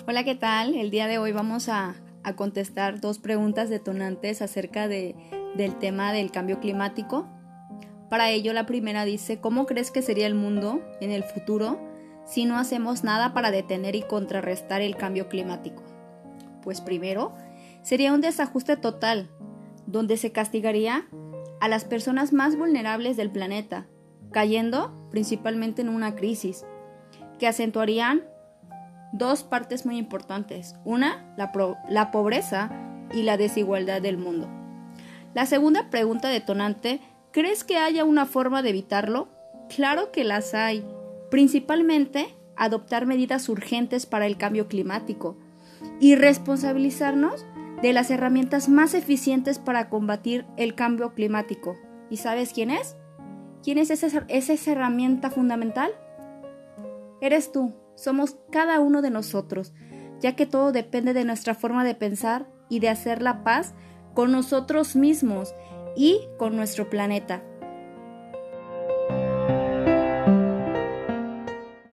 Hola, ¿qué tal? El día de hoy vamos a contestar dos preguntas detonantes acerca del tema del cambio climático. Para ello, la primera dice, ¿cómo crees que sería el mundo en el futuro si no hacemos nada para detener y contrarrestar el cambio climático? Pues primero, sería un desajuste total, donde se castigaría a las personas más vulnerables del planeta, cayendo principalmente en una crisis, que acentuarían dos partes muy importantes. Una, la pobreza y la desigualdad del mundo. La segunda pregunta detonante, ¿crees que haya una forma de evitarlo? Claro que las hay. Principalmente, adoptar medidas urgentes para el cambio climático y responsabilizarnos de las herramientas más eficientes para combatir el cambio climático. ¿Y sabes quién es? ¿Quién es esa herramienta fundamental? Eres tú. Somos cada uno de nosotros, ya que todo depende de nuestra forma de pensar y de hacer la paz con nosotros mismos y con nuestro planeta.